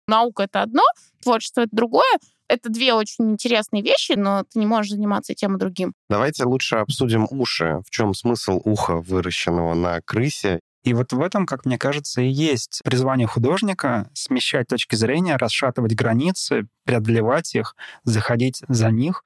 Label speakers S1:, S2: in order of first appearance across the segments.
S1: Наука — это одно, творчество — это другое. Это две очень интересные вещи, но ты не можешь заниматься тем и другим.
S2: Давайте лучше обсудим уши. В чем смысл уха, выращенного на крысе?
S3: И вот в этом, как мне кажется, и есть призвание художника — смещать точки зрения, расшатывать границы, преодолевать их, заходить за них.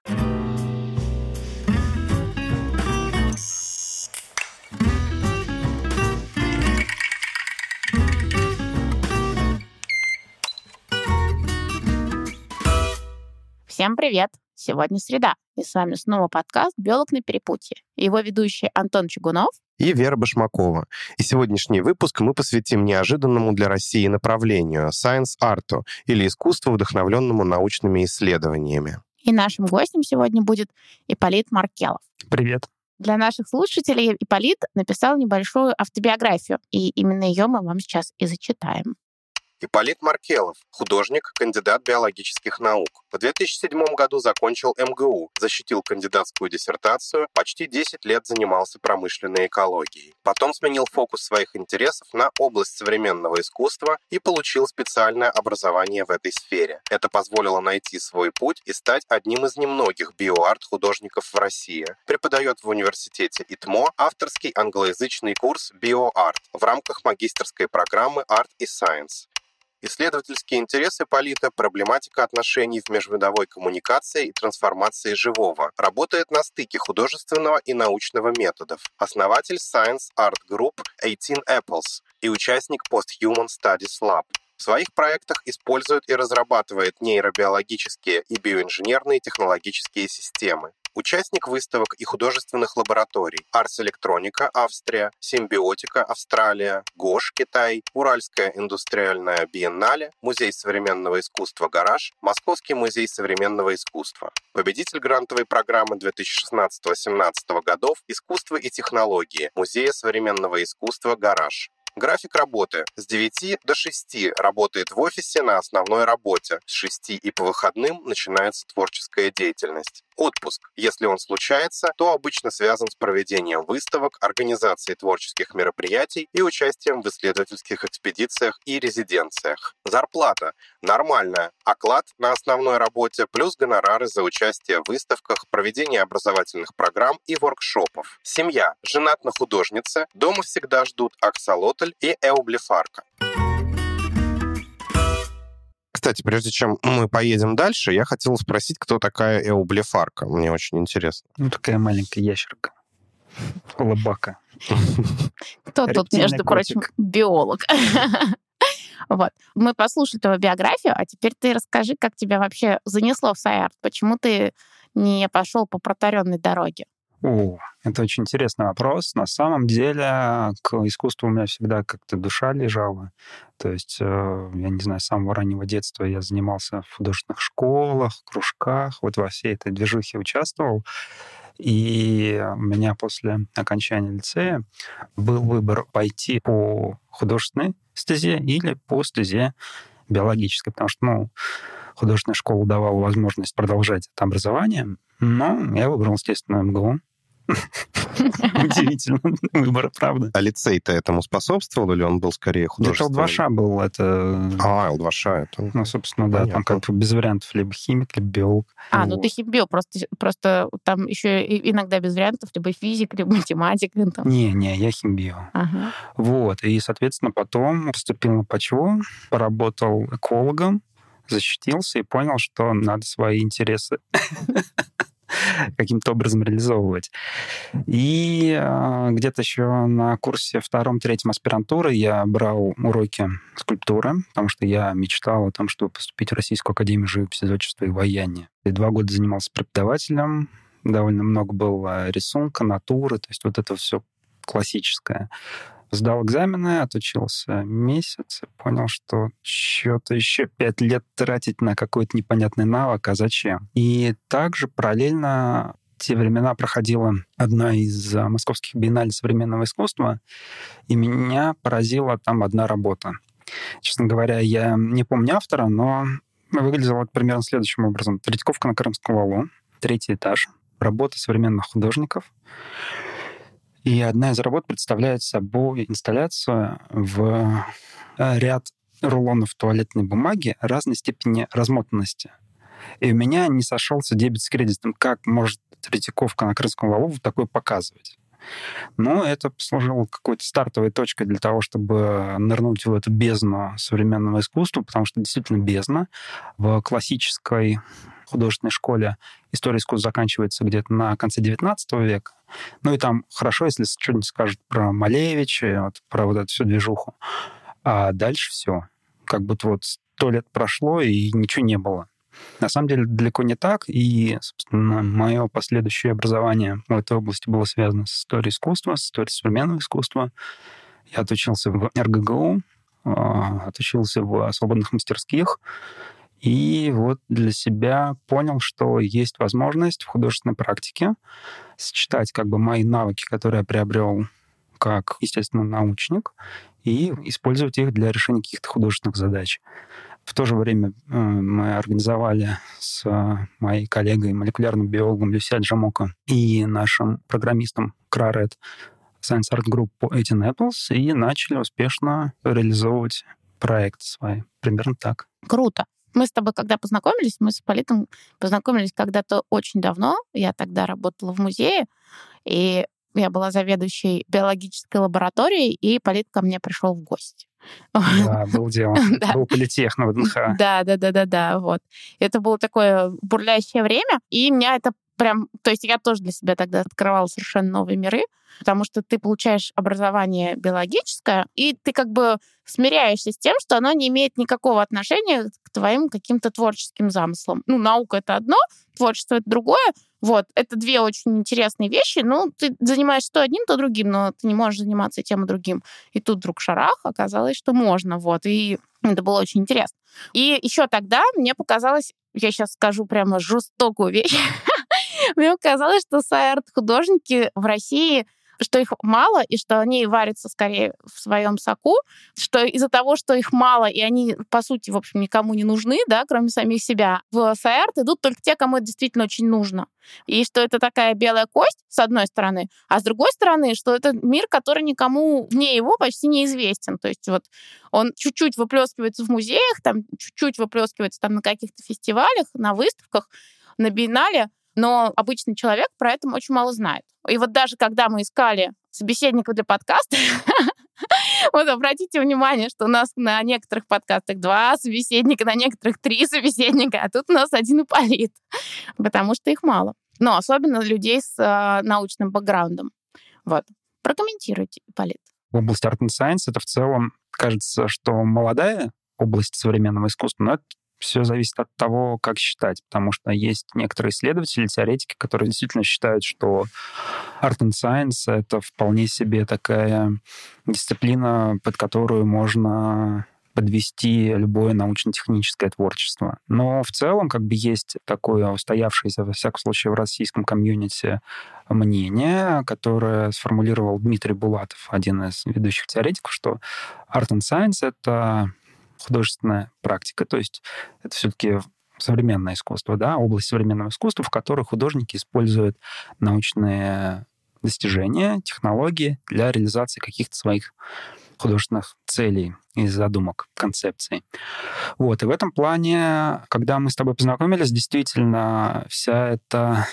S1: Всем привет! Сегодня среда, и с вами снова подкаст «Биолог на перепутье». Его ведущие Антон Чугунов
S2: и Вера Башмакова. И сегодняшний выпуск мы посвятим неожиданному для России направлению — сайенс-арту, или искусству, вдохновленному научными исследованиями.
S1: И нашим гостем сегодня будет Ипполит Маркелов.
S3: Привет.
S1: Для наших слушателей Ипполит написал небольшую автобиографию, и именно ее мы вам сейчас и зачитаем.
S2: Ипполит Маркелов, художник, кандидат биологических наук. В 2007 году закончил МГУ, защитил кандидатскую диссертацию, почти 10 лет занимался промышленной экологией. Потом сменил фокус своих интересов на область современного искусства и получил специальное образование в этой сфере. Это позволило найти свой путь и стать одним из немногих биоарт-художников в России. Преподает в университете ИТМО авторский англоязычный курс «Биоарт» в рамках магистерской программы «Art и Science». Исследовательские интересы Ипполита — проблематика отношений в межвидовой коммуникации и трансформации живого. Работает на стыке художественного и научного методов. Основатель Science Art Group 18 Apples и участник Post-Human Studies Lab. В своих проектах использует и разрабатывает нейробиологические и биоинженерные технологические системы. Участник выставок и художественных лабораторий: Ars Electronica, Австрия, Симбиотика, Австралия, ГОШ, Китай, Уральская индустриальная биеннале, Музей современного искусства «Гараж», Московский музей современного искусства. Победитель грантовой программы 2016-2017 годов «Искусство и технологии» Музея современного искусства «Гараж». График работы: с 9 до 6 работает в офисе на основной работе, с 6 и по выходным начинается творческая деятельность. Отпуск, если он случается, то обычно связан с проведением выставок, организацией творческих мероприятий и участием в исследовательских экспедициях и резиденциях. Зарплата нормальная, оклад на основной работе плюс гонорары за участие в выставках, проведение образовательных программ и воркшопов. Семья: женат на художнице, дома всегда ждут аксолотль и эублефарка. Кстати, прежде чем мы поедем дальше, я хотел спросить, кто такая эублефарка. Мне очень интересно.
S3: Такая маленькая ящерка. Улыбака.
S1: Кто тут, между прочим, биолог? Вот. Мы послушали твою биографию, а теперь ты расскажи, как тебя вообще занесло в сайарт. Почему ты не пошел по протаренной дороге?
S3: Это очень интересный вопрос. На самом деле к искусству у меня всегда как-то душа лежала. То есть, я не знаю, с самого раннего детства я занимался в художественных школах, кружках, вот во всей этой движухе участвовал. И у меня после окончания лицея был выбор пойти по художественной стезе или по стезе биологической, потому что, художественная школа давала возможность продолжать это образование, но я выбрал, естественно, МГУ. Удивительно выбор, правда.
S2: А лицей-то этому способствовал, или он был скорее художественным?
S3: Это ЛДВШ был, это...
S2: ЛДВШ, это...
S3: собственно, да, там как бы без вариантов, либо химик, либо биолог.
S1: Ты химбио, просто там еще иногда без вариантов, либо физик, либо математик.
S3: Не, я химбио.
S1: Ага.
S3: Вот, и, соответственно, потом поступил на ПАЧВУ, поработал экологом, защитился и понял, что надо свои интересы каким-то образом реализовывать. И где-то еще на курсе 2-3 аспирантуры я брал уроки скульптуры, потому что я мечтал о том, чтобы поступить в Российскую академию живописи, зодчества и ваяния. И 2 года занимался преподавателем, довольно много было рисунка, натуры, то есть вот это все классическое. Сдал экзамены, отучился месяц и понял, что что-то еще 5 лет тратить на какой-то непонятный навык, а зачем? И также параллельно в те времена проходила одна из московских биеннале современного искусства, и меня поразила там одна работа. Честно говоря, я не помню автора, но выглядело это примерно следующим образом. Третьяковка на Крымском валу, 3-й этаж, работа современных художников. И одна из работ представляет собой инсталляцию в ряд рулонов туалетной бумаги разной степени размотанности. И у меня не сошелся дебет с кредитом. Как может Третьяковка на Крымском валу такое показывать? Но это послужило какой-то стартовой точкой для того, чтобы нырнуть в эту бездну современного искусства, потому что действительно бездна. В классической художественной школе история искусства заканчивается где-то на конце XIX века. Ну и там хорошо, если что-нибудь скажут про Малевича, вот, про вот эту всю движуху. А дальше все. Как будто вот 100 лет прошло, и ничего не было. На самом деле далеко не так, и, собственно, мое последующее образование в этой области было связано с историей искусства, с историей современного искусства. Я отучился в РГГУ, отучился в свободных мастерских, и вот для себя понял, что есть возможность в художественной практике сочетать как бы мои навыки, которые я приобрел как, естественно, научник, и использовать их для решения каких-то художественных задач. В то же время мы организовали с моей коллегой, молекулярным биологом Люсия Джамоко и нашим программистом Крарет Science Art Group по 18 Apples и начали успешно реализовывать проекты свои. Примерно так.
S1: Круто. Мы с тобой, когда познакомились, мы с Политом познакомились когда-то очень давно. Я тогда работала в музее, и я была заведующей биологической лабораторией, и Полит ко мне пришел в гости.
S3: Да, был дело. Был политех на ВДНХ.
S1: Да, вот. Это было такое бурлящее время, и меня это прям... То есть я тоже для себя тогда открывала совершенно новые миры, потому что ты получаешь образование биологическое, и ты как бы смиряешься с тем, что оно не имеет никакого отношения к твоим каким-то творческим замыслам. Ну, наука — это одно, творчество — это другое. Вот, это две очень интересные вещи. Ну, ты занимаешься то одним, то другим, но ты не можешь заниматься и тем, и другим. И тут вдруг шарах, оказалось, что можно. Вот, и это было очень интересно. И еще тогда мне показалось, я сейчас скажу прямо жестокую вещь, мне показалось, что сайт-художники в России, что их мало, и что они варятся скорее в своем соку, что из-за того, что их мало, и они, по сути, в общем, никому не нужны, да, кроме самих себя, в сайт идут только те, кому это действительно очень нужно. И что это такая белая кость, с одной стороны, а с другой стороны, что это мир, который никому вне его почти неизвестен. То есть вот он чуть-чуть выплескивается в музеях, там чуть-чуть выплескивается там на каких-то фестивалях, на выставках, на биеннале, но обычный человек про это очень мало знает. И вот даже когда мы искали собеседника для подкаста, вот обратите внимание, что у нас на некоторых подкастах 2 собеседника, на некоторых 3 собеседника, а тут у нас 1 Ипполит, потому что их мало. Но особенно людей с научным бэкграундом. Вот. Прокомментируйте, Ипполит.
S3: Область Art and Science — это в целом, кажется, что молодая область современного искусства, но это все зависит от того, как считать, потому что есть некоторые исследователи, теоретики, которые действительно считают, что Art and Science — это вполне себе такая дисциплина, под которую можно подвести любое научно-техническое творчество. Но в целом как бы есть такое устоявшееся, во всяком случае, в российском комьюнити мнение, которое сформулировал Дмитрий Булатов, один из ведущих теоретиков, что Art and Science — это художественная практика, то есть это все-таки современное искусство, да, область современного искусства, в которой художники используют научные достижения, технологии для реализации каких-то своих художественных целей и задумок, концепций. Вот, и в этом плане, когда мы с тобой познакомились, действительно вся эта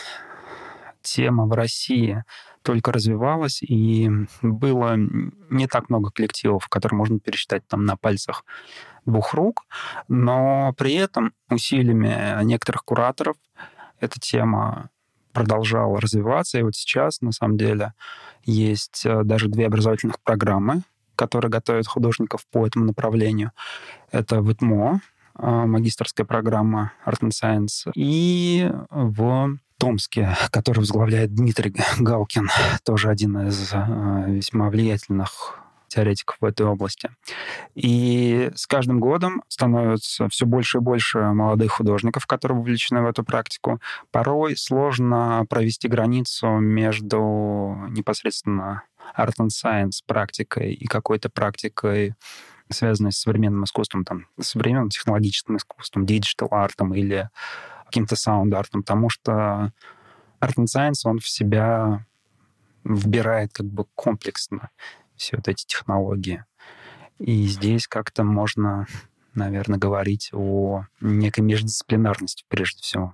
S3: тема в России только развивалась, и было не так много коллективов, которые можно пересчитать там на пальцах 2 рук, но при этом усилиями некоторых кураторов эта тема продолжала развиваться, и вот сейчас, на самом деле, есть даже 2 образовательных программы, которые готовят художников по этому направлению. Это в ИТМО, магистерская программа Art and Science, и в Томске, который возглавляет Дмитрий Галкин, тоже один из весьма влиятельных теоретиков в этой области. И с каждым годом становится все больше и больше молодых художников, которые вовлечены в эту практику. Порой сложно провести границу между непосредственно Art and Science практикой и какой-то практикой, связанной с современным искусством, там, современным технологическим искусством, диджитал-артом или каким-то саунд-артом, потому что Art and Science, он в себя вбирает как бы комплексно все вот эти технологии. И здесь как-то можно наверное, говорить о некой междисциплинарности прежде всего.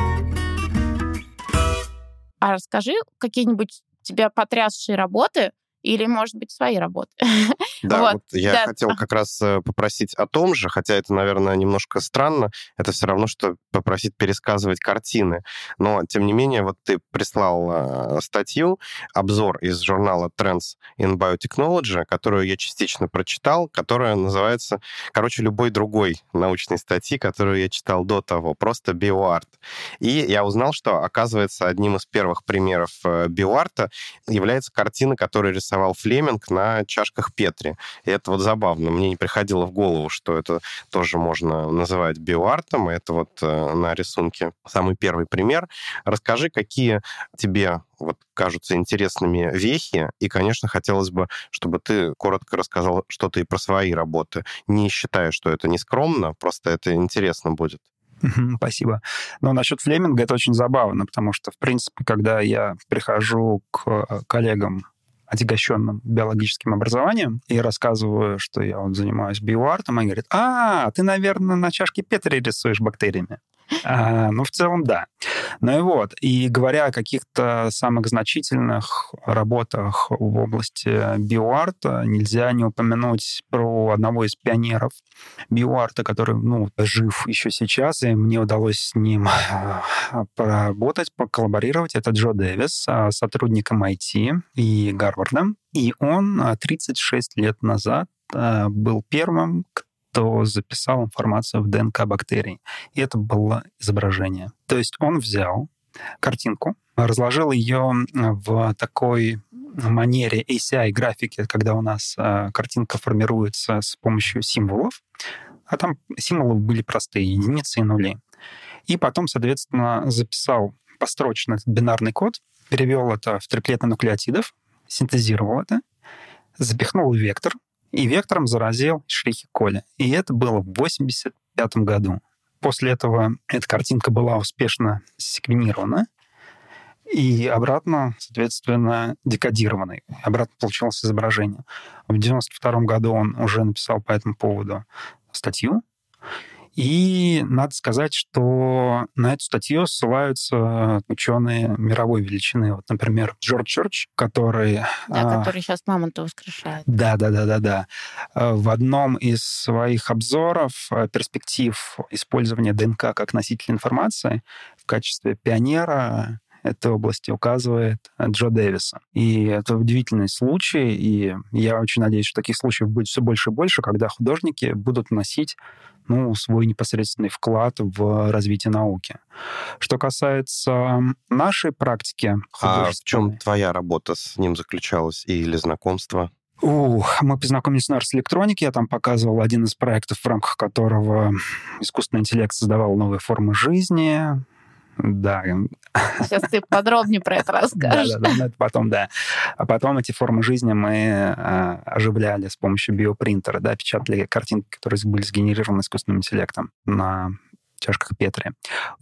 S1: А расскажи какие-нибудь тебя потрясшие работы или, может быть, свои работы.
S2: Да, вот я хотел как раз попросить о том же, хотя это, наверное, немножко странно, это все равно, что попросить пересказывать картины. Но, тем не менее, вот ты прислал статью, обзор из журнала Trends in Biotechnology, которую я частично прочитал, которая называется, любой другой научной статьи, которую я читал до того, просто биоарт. И я узнал, что, оказывается, одним из первых примеров биоарта является картина, которую рисовал Флеминг на чашках Петри. И это вот забавно. Мне не приходило в голову, что это тоже можно называть биоартом. И это вот на рисунке самый первый пример. Расскажи, какие тебе кажутся интересными вехи. И, конечно, хотелось бы, чтобы ты коротко рассказал что-то и про свои работы. Не считая, что это не скромно, просто это интересно будет.
S3: Спасибо. Но насчет Флеминга это очень забавно, потому что, в принципе, когда я прихожу к коллегам, отягощенным биологическим образованием, и рассказываю, что я занимаюсь биоартом, они говорят, ты, наверное, на чашке Петри рисуешь бактериями. В целом, да. И говоря о каких-то самых значительных работах в области биоарта, нельзя не упомянуть про одного из пионеров биоарта, который, жив еще сейчас, и мне удалось с ним поработать, поколлаборировать. Это Джо Дэвис, сотрудник MIT и Гарварда. И он 36 лет назад был первым, кто записал информацию в ДНК бактерий. И это было изображение. То есть он взял картинку, разложил ее в такой манере ACI-графики, когда у нас картинка формируется с помощью символов, а там символы были простые, единицы и нули. И потом, соответственно, записал построчно этот бинарный код, перевел это в триплеты нуклеотидов, синтезировал это, запихнул в вектор, и вектором заразил шрихи коли. И это было в 1985 году. После этого эта картинка была успешно секвенирована и обратно, соответственно, декодирована. Обратно получилось изображение. В 1992 году он уже написал по этому поводу статью. И надо сказать, что на эту статью ссылаются ученые мировой величины. Вот, например, Джордж Чёрч, который...
S1: который сейчас мамонта воскрешает.
S3: Да. В одном из своих обзоров перспектив использования ДНК как носителя информации в качестве пионера этой области указывает Джо Дэвиса. И это удивительный случай, и я очень надеюсь, что таких случаев будет все больше и больше, когда художники будут вносить свой непосредственный вклад в развитие науки. Что касается нашей практики художественной...
S2: А в чем твоя работа с ним заключалась или знакомство?
S3: Мы познакомились на Ars Electronic. Я там показывал один из проектов, в рамках которого искусственный интеллект создавал новые формы жизни. Да.
S1: Сейчас ты подробнее про это расскажешь.
S3: Да, это потом, да. А потом эти формы жизни мы оживляли с помощью биопринтера, печатали картинки, которые были сгенерированы искусственным интеллектом на чашках Петри.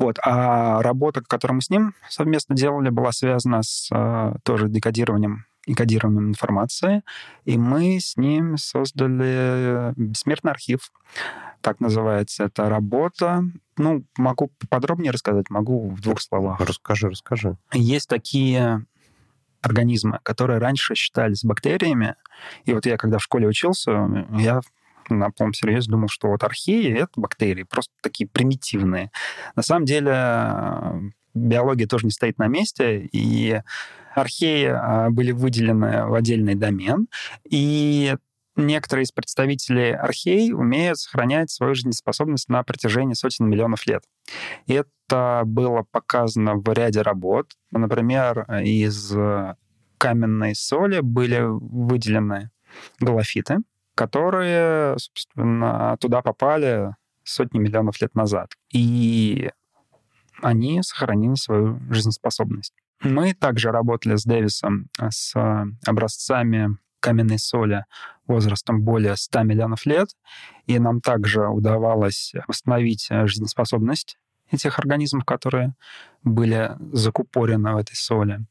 S3: А работа, которую мы с ним совместно делали, была связана с тоже декодированием и кодированием информации, и мы с ним создали бессмертный архив. Так называется эта работа. Могу подробнее рассказать, могу в двух словах.
S2: Расскажи.
S3: Есть такие организмы, которые раньше считались бактериями. И я, когда в школе учился, я на полном серьезе думал, что археи — это бактерии, просто такие примитивные. На самом деле биология тоже не стоит на месте, и археи были выделены в отдельный домен, и некоторые из представителей архей умеют сохранять свою жизнеспособность на протяжении сотен миллионов лет. И это было показано в ряде работ. Например, из каменной соли были выделены галофиты, которые, собственно, туда попали сотни миллионов лет назад. И они сохранили свою жизнеспособность. Мы также работали с Дэвисом с образцами каменной соли возрастом более 100 миллионов лет, и нам также удавалось восстановить жизнеспособность этих организмов, которые были закупорены в этой соли.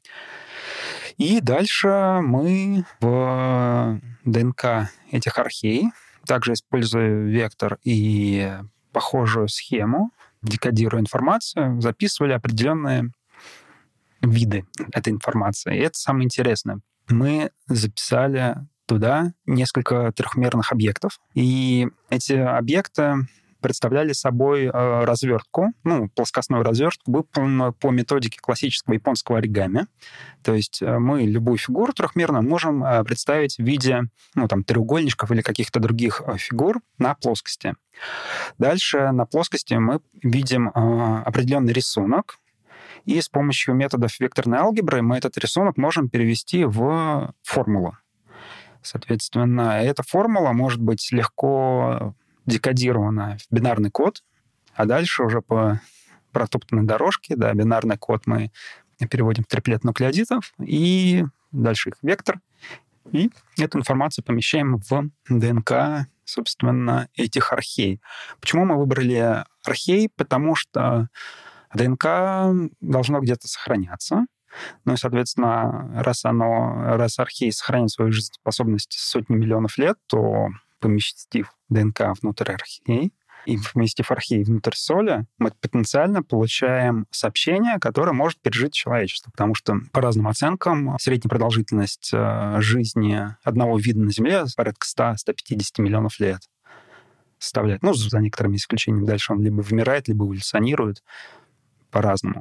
S3: И дальше мы в ДНК этих архей также используя вектор и похожую схему, декодируя информацию, записывали определенные виды этой информации. И это самое интересное. Мы записали туда несколько трехмерных объектов, и эти объекты представляли собой развертку, плоскостную развертку, выполненную по методике классического японского оригами. То есть мы любую фигуру трехмерную можем представить в виде треугольничков или каких-то других фигур на плоскости. Дальше на плоскости мы видим определенный рисунок, и с помощью методов векторной алгебры мы этот рисунок можем перевести в формулу. Соответственно, эта формула может быть легко декодирована в бинарный код, а дальше уже по протоптанной дорожке, бинарный код мы переводим в триплет нуклеодитов, и дальше их вектор, и эту информацию помещаем в ДНК, собственно, этих архей. Почему мы выбрали архей? Потому что ДНК должно где-то сохраняться. Ну и, соответственно, раз архей сохранит свою жизнеспособность сотни миллионов лет, то, поместив ДНК внутрь архей и поместив архей внутрь соли, мы потенциально получаем сообщение, которое может пережить человечество. Потому что, по разным оценкам, средняя продолжительность жизни одного вида на Земле порядка 100-150 миллионов лет составляет. За некоторыми исключениями. Дальше он либо вымирает, либо эволюционирует по-разному.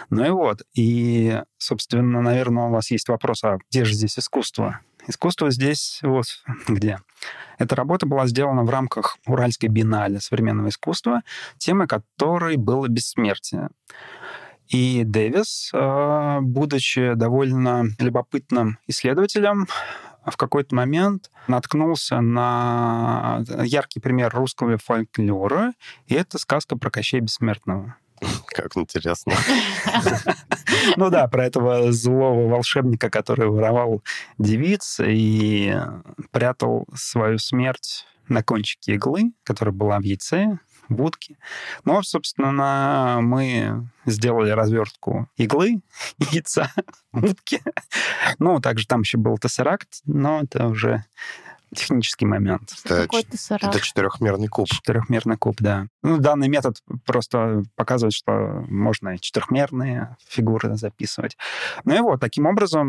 S3: И, собственно, наверное, у вас есть вопрос, а где же здесь искусство? Искусство здесь вот где. Эта работа была сделана в рамках Уральской биеннале современного искусства, темой которой было бессмертие. И Дэвис, будучи довольно любопытным исследователем, в какой-то момент наткнулся на яркий пример русского фольклора, и это сказка про Кощея Бессмертного.
S2: Как интересно.
S3: Про этого злого волшебника, который воровал девиц и прятал свою смерть на кончике иглы, которая была в яйце, в утке. Собственно, мы сделали развертку иглы, яйца, утки. Также там еще был тессеракт, но это уже технический момент.
S2: Это четырехмерный куб.
S3: Четырехмерный куб, да. Данный метод просто показывает, что можно и четырехмерные фигуры записывать. Таким образом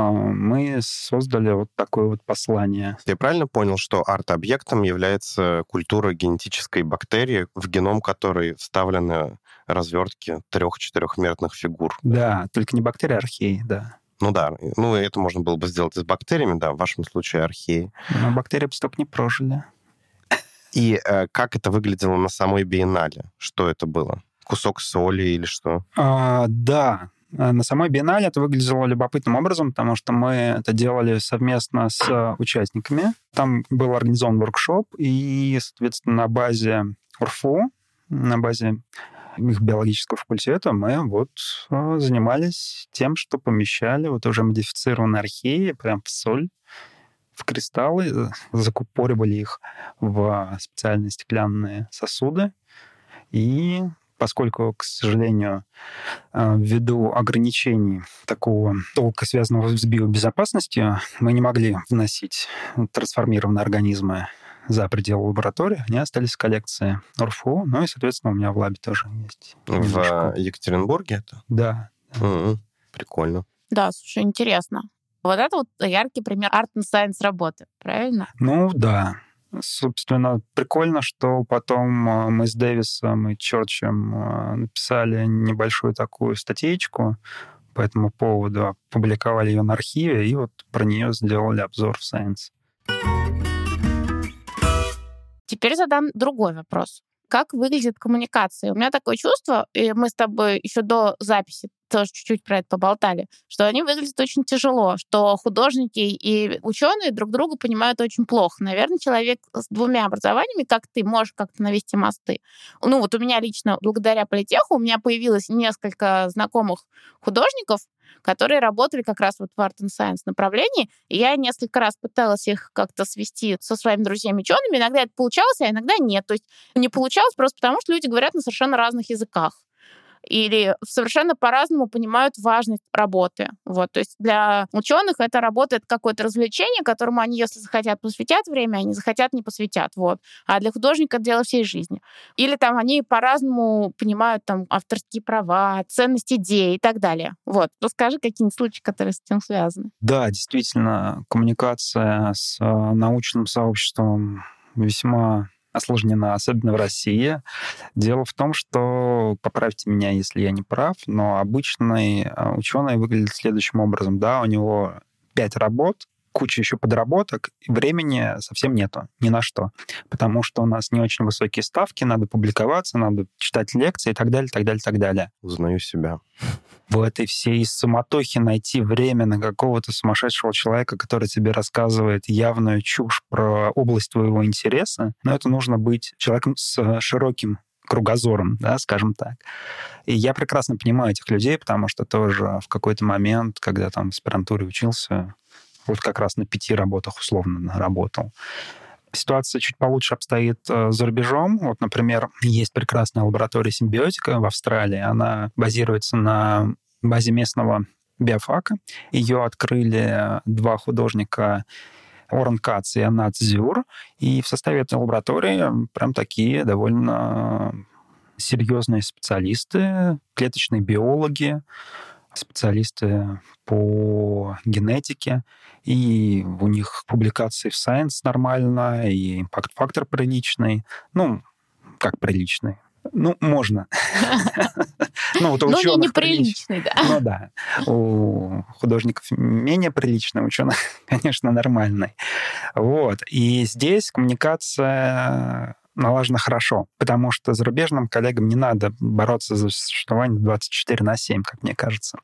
S3: мы создали вот такое вот послание.
S2: Я правильно понял, что арт-объектом является культура генетической бактерии, в геном которой вставлены развертки 3-4-мерных фигур?
S3: Да, только не бактерии, а археи, да.
S2: Это можно было бы сделать и с бактериями, в вашем случае археи.
S3: Но бактерии бы столько не прожили.
S2: И как это выглядело на самой биеннале? Что это было? Кусок соли или что?
S3: Да. На самой биеннале это выглядело любопытным образом, потому что мы это делали совместно с участниками. Там был организован воркшоп, и, соответственно, на базе УрФУ, на базе их биологического факультета мы занимались тем, что помещали уже модифицированные археи прям в соль, в кристаллы, закупоривали их в специальные стеклянные сосуды. И поскольку, к сожалению, ввиду ограничений такого толка, связанного с биобезопасностью, мы не могли вносить трансформированные организмы за пределы лаборатории, они остались в коллекции УрФУ, и, соответственно, у меня в лабе тоже есть.
S2: В Екатеринбурге это?
S3: Да.
S2: Прикольно.
S1: Да, слушай, интересно. Вот это яркий пример Art and Science работы, правильно?
S3: Да. Собственно, прикольно, что потом мы с Дэвисом и Чорчем написали небольшую такую статейку по этому поводу, опубликовали ее на архиве, и про нее сделали обзор в Science.
S1: Теперь задам другой вопрос. Как выглядит коммуникация? У меня такое чувство, и мы с тобой еще до записи тоже чуть-чуть про это поболтали, что они выглядят очень тяжело, что художники и ученые друг друга понимают очень плохо. Наверное, человек с двумя образованиями, как ты, можешь как-то навести мосты. У меня лично, благодаря политеху, у меня появилось несколько знакомых художников, которые работали как раз в Art and Science направлении, и я несколько раз пыталась их как-то свести со своими друзьями-учеными. Иногда это получалось, а иногда нет. То есть не получалось просто потому, что люди говорят на совершенно разных языках. или совершенно по-разному понимают важность работы. Вот. То есть для ученых это работа — это какое-то развлечение, которому они, если захотят, посвятят время, они захотят — не посвятят. Вот. А для художника это дело всей жизни. Или там они по-разному понимают там авторские права, ценность идей и так далее. Вот. Расскажи какие-нибудь случаи, которые с этим связаны.
S3: Да, действительно, коммуникация с научным сообществом весьма осложнена, особенно в России. Дело в том, что, поправьте меня, если я не прав, но обычный ученый выглядит следующим образом. Да, у него 5 работ, куча еще подработок, и времени совсем нету, ни на что. Потому что у нас не очень высокие ставки, надо публиковаться, надо читать лекции и так далее, так далее, так далее.
S2: Узнаю себя.
S3: В этой всей суматохе найти время на какого-то сумасшедшего человека, который тебе рассказывает явную чушь про область твоего интереса, но это нужно быть человеком с широким кругозором, да, скажем так. И я прекрасно понимаю этих людей, потому что тоже в какой-то момент, когда там в аспирантуре учился, вот как раз на 5 работах условно работал. Ситуация чуть получше обстоит за рубежом. Вот, например, есть прекрасная лаборатория симбиотика в Австралии. Она базируется на базе местного биофака. Ее открыли 2 художника, Орен Кац и Анат Зюр. И в составе этой лаборатории прям такие довольно серьезные специалисты, клеточные биологи, специалисты по генетике, и у них публикации в Science нормально, и импакт-фактор приличный. Ну, как приличный? Ну, можно. Ну, вот у ученых
S1: неприличный, да.
S3: Ну да. У художников менее приличный, у ученых, конечно, нормальный. Вот. И здесь коммуникация налажена хорошо, потому что зарубежным коллегам не надо бороться за существование 24/7, как мне кажется.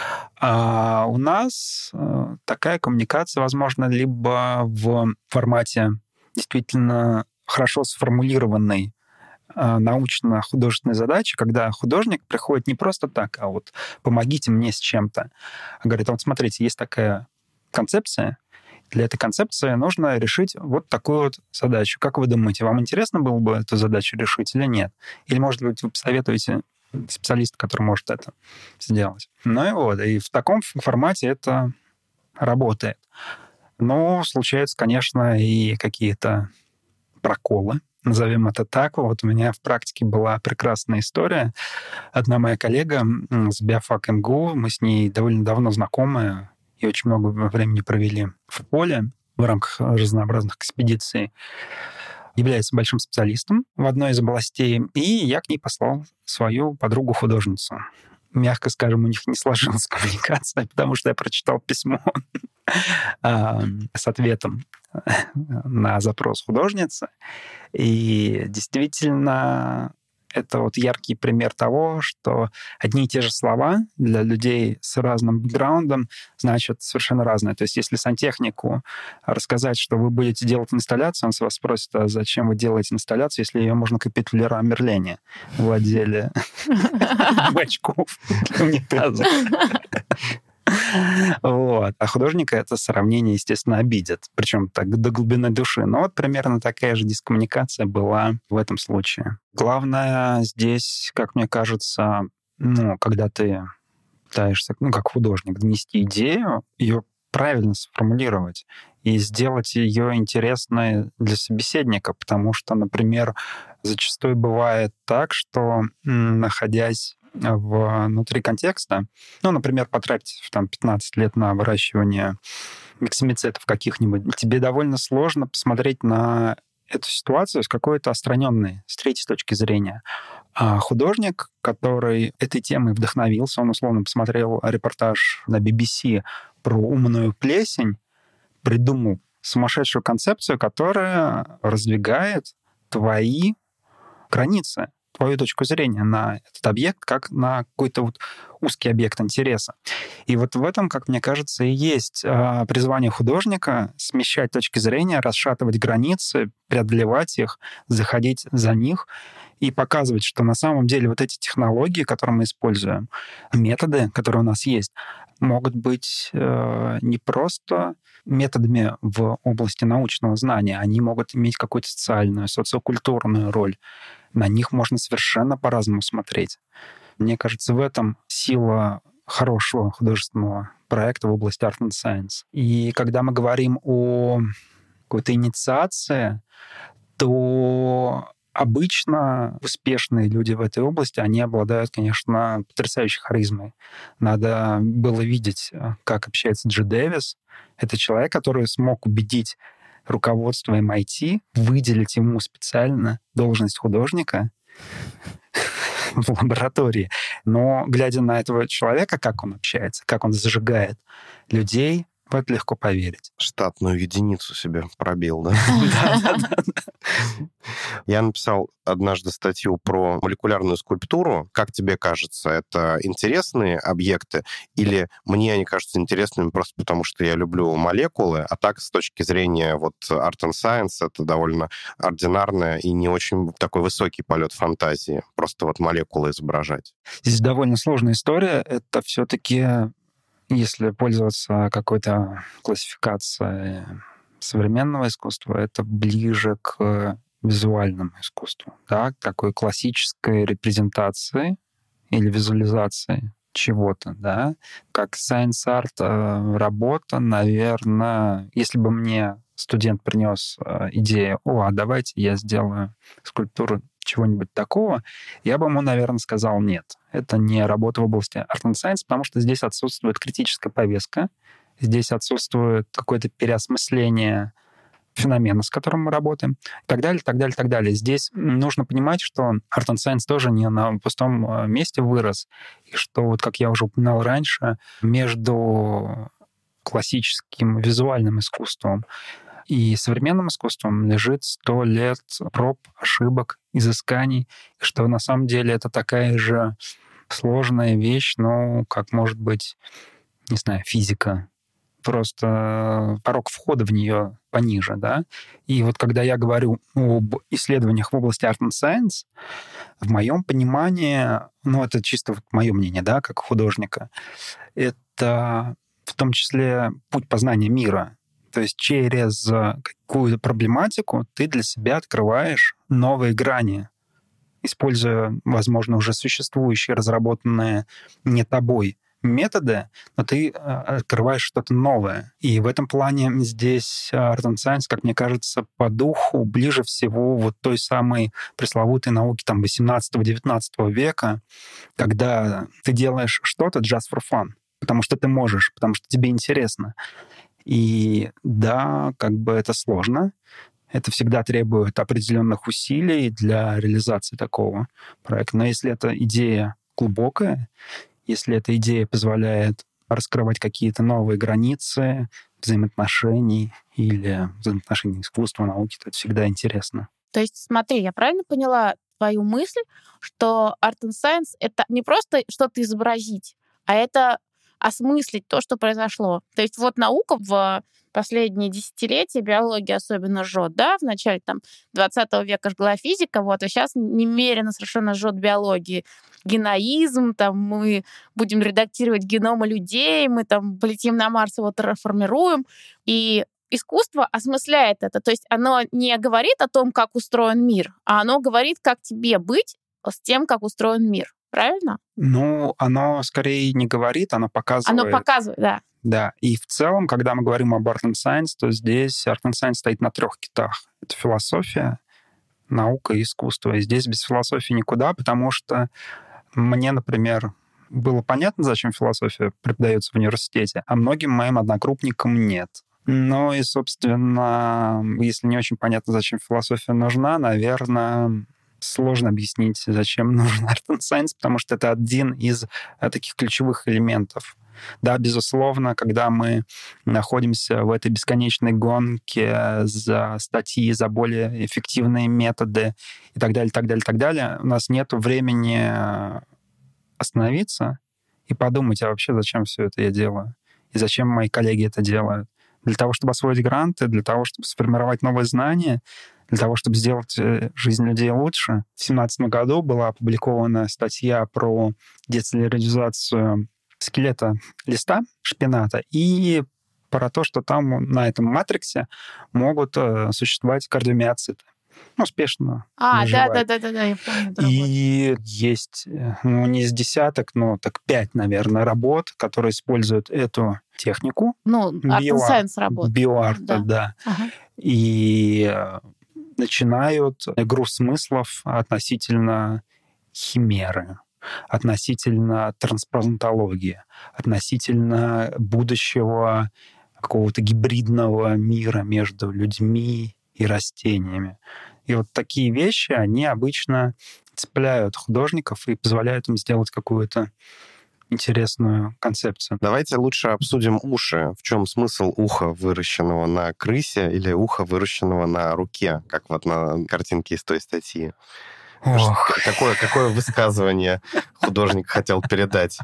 S3: А у нас такая коммуникация возможна либо в формате действительно хорошо сформулированной научно-художественной задачи, когда художник приходит не просто так, а вот помогите мне с чем-то. Говорит, вот смотрите, есть такая концепция, для этой концепции нужно решить вот такую вот задачу. Как вы думаете, вам интересно было бы эту задачу решить или нет? Или, может быть, вы посоветуете специалиста, который может это сделать? Ну и вот, и в таком формате это работает. Но случаются, конечно, и какие-то проколы, назовем это так. Вот у меня в практике была прекрасная история. Одна моя коллега с биофак МГУ, мы с ней довольно давно знакомы, и очень много времени провели в поле в рамках разнообразных экспедиций, является большим специалистом в одной из областей, и я к ней послал свою подругу-художницу. Мягко скажем, у них не сложилась коммуникация, потому что я прочитал письмо с ответом на запрос художницы, и действительно это вот яркий пример того, что одни и те же слова для людей с разным бэкграундом значат совершенно разное. То есть если сантехнику рассказать, что вы будете делать инсталляцию, он с вас спросит, а зачем вы делаете инсталляцию, если ее можно купить в Леруа Мерлене в отделе бачков для унитаза. Вот. А художника это сравнение, естественно, обидит. Причем так до глубины души. Но вот примерно такая же дискоммуникация была в этом случае. Главное здесь, как мне кажется, когда ты пытаешься, как художник, донести идею, ее правильно сформулировать и сделать ее интересной для собеседника. Потому что, например, зачастую бывает так, что, находясь внутри контекста, например, потратить там 15 лет на выращивание миксомицетов каких-нибудь, тебе довольно сложно посмотреть на эту ситуацию с какой-то отстраненной, с третьей точки зрения. А художник, который этой темой вдохновился, он условно посмотрел репортаж на BBC про умную плесень, придумал сумасшедшую концепцию, которая раздвигает твои границы, твою точку зрения на этот объект, как на какой-то вот узкий объект интереса. И вот в этом, как мне кажется, и есть призвание художника — смещать точки зрения, расшатывать границы, преодолевать их, заходить за них и показывать, что на самом деле вот эти технологии, которые мы используем, методы, которые у нас есть, могут быть не просто методами в области научного знания, они могут иметь какую-то социальную, социокультурную роль. На них можно совершенно по-разному смотреть. Мне кажется, в этом сила хорошего художественного проекта в области Art and Science. И когда мы говорим о какой-то инициации, то обычно успешные люди в этой области, они обладают, конечно, потрясающей харизмой. Надо было видеть, как общается Джи Дэвис. Это человек, который смог убедить руководство MIT выделить ему специально должность художника в лаборатории. Но глядя на этого человека, как он общается, как он зажигает людей, в это легко поверить.
S2: Штатную единицу себе пробил, да?
S3: Да.
S2: Я написал однажды статью про молекулярную скульптуру. Как тебе кажется, это интересные объекты? Или мне они кажутся интересными просто потому, что я люблю молекулы, а так, с точки зрения вот Art and Science, это довольно ординарное и не очень такой высокий полет фантазии. Просто вот молекулы изображать.
S3: Здесь довольно сложная история. Это все-таки, если пользоваться какой-то классификацией современного искусства, это ближе к визуальному искусству, да, к такой классической репрезентации или визуализации чего-то, да. Как science art работа, наверное, если бы мне студент принес идею, а давайте я сделаю скульптуру чего-нибудь такого, я бы ему, наверное, сказал нет. Это не работа в области Art and Science, потому что здесь отсутствует критическая повестка, здесь отсутствует какое-то переосмысление феномена, с которым мы работаем, и так далее, так далее, так далее. Здесь нужно понимать, что Art and Science тоже не на пустом месте вырос, и что, вот как я уже упоминал раньше, между классическим визуальным искусством и современным искусством лежит 100 лет проб, ошибок, изысканий, и что на самом деле это такая же сложная вещь, как может быть, не знаю, физика. Просто порог входа в нее пониже, да. И вот когда я говорю об исследованиях в области Art and Science, в моем понимании, это чисто вот мое мнение, да, как художника, это в том числе путь познания мира. То есть через какую-то проблематику ты для себя открываешь новые грани, используя, возможно, уже существующие, разработанные не тобой методы, но ты открываешь что-то новое. И в этом плане здесь Art and Science, как мне кажется, по духу ближе всего вот той самой пресловутой науки 18-19 века, когда ты делаешь что-то just for fun, потому что ты можешь, потому что тебе интересно. И да, это сложно. Это всегда требует определенных усилий для реализации такого проекта. Но если эта идея глубокая, если эта идея позволяет раскрывать какие-то новые границы взаимоотношений или взаимоотношений искусства, науки, то это всегда интересно.
S1: То есть, смотри, я правильно поняла твою мысль, что Art and Science — это не просто что-то изобразить, а это осмыслить то, что произошло. То есть вот наука в последние десятилетия, биология особенно жжет, да, в начале 20 века жгла физика, а сейчас немерено совершенно жжет биологии. Геноизм, мы будем редактировать геномы людей, мы полетим на Марс, его терраформируем. И искусство осмысляет это. То есть оно не говорит о том, как устроен мир, а оно говорит, как тебе быть с тем, как устроен мир. Правильно?
S3: Оно скорее не говорит, оно показывает.
S1: Оно показывает, да.
S3: Да, и в целом, когда мы говорим об Art and Science, то здесь Art and Science стоит на 3 китах. Это философия, наука и искусство. И здесь без философии никуда, потому что мне, например, было понятно, зачем философия преподается в университете, а многим моим одногруппникам нет. И, собственно, если не очень понятно, зачем философия нужна, наверное, сложно объяснить, зачем нужен Art and Science, потому что это один из таких ключевых элементов. Да, безусловно, когда мы находимся в этой бесконечной гонке за статьи, за более эффективные методы и так далее, так далее, так далее, у нас нет времени остановиться и подумать, а вообще зачем все это я делаю? И зачем мои коллеги это делают? Для того, чтобы освоить гранты, для того, чтобы сформировать новые знания, для того, чтобы сделать жизнь людей лучше. В 2017 году была опубликована статья про децеллюляризацию скелета листа шпината и про то, что там на этом матриксе могут существовать кардиомиоциты. успешно
S1: да,
S3: выживает.
S1: я помню.
S3: И есть, не из десяток, но так 5, наверное, работ, которые используют эту технику.
S1: Art and Science работы.
S3: Биоарта, да.
S1: Ага.
S3: И начинают игру смыслов относительно химеры, относительно трансплантологии, относительно будущего какого-то гибридного мира между людьми и растениями. И вот такие вещи, они обычно цепляют художников и позволяют им сделать какую-то интересную концепцию.
S2: Давайте лучше обсудим уши. В чем смысл уха, выращенного на крысе, или уха, выращенного на руке, как вот на картинке из той статьи? Какое высказывание художник хотел передать?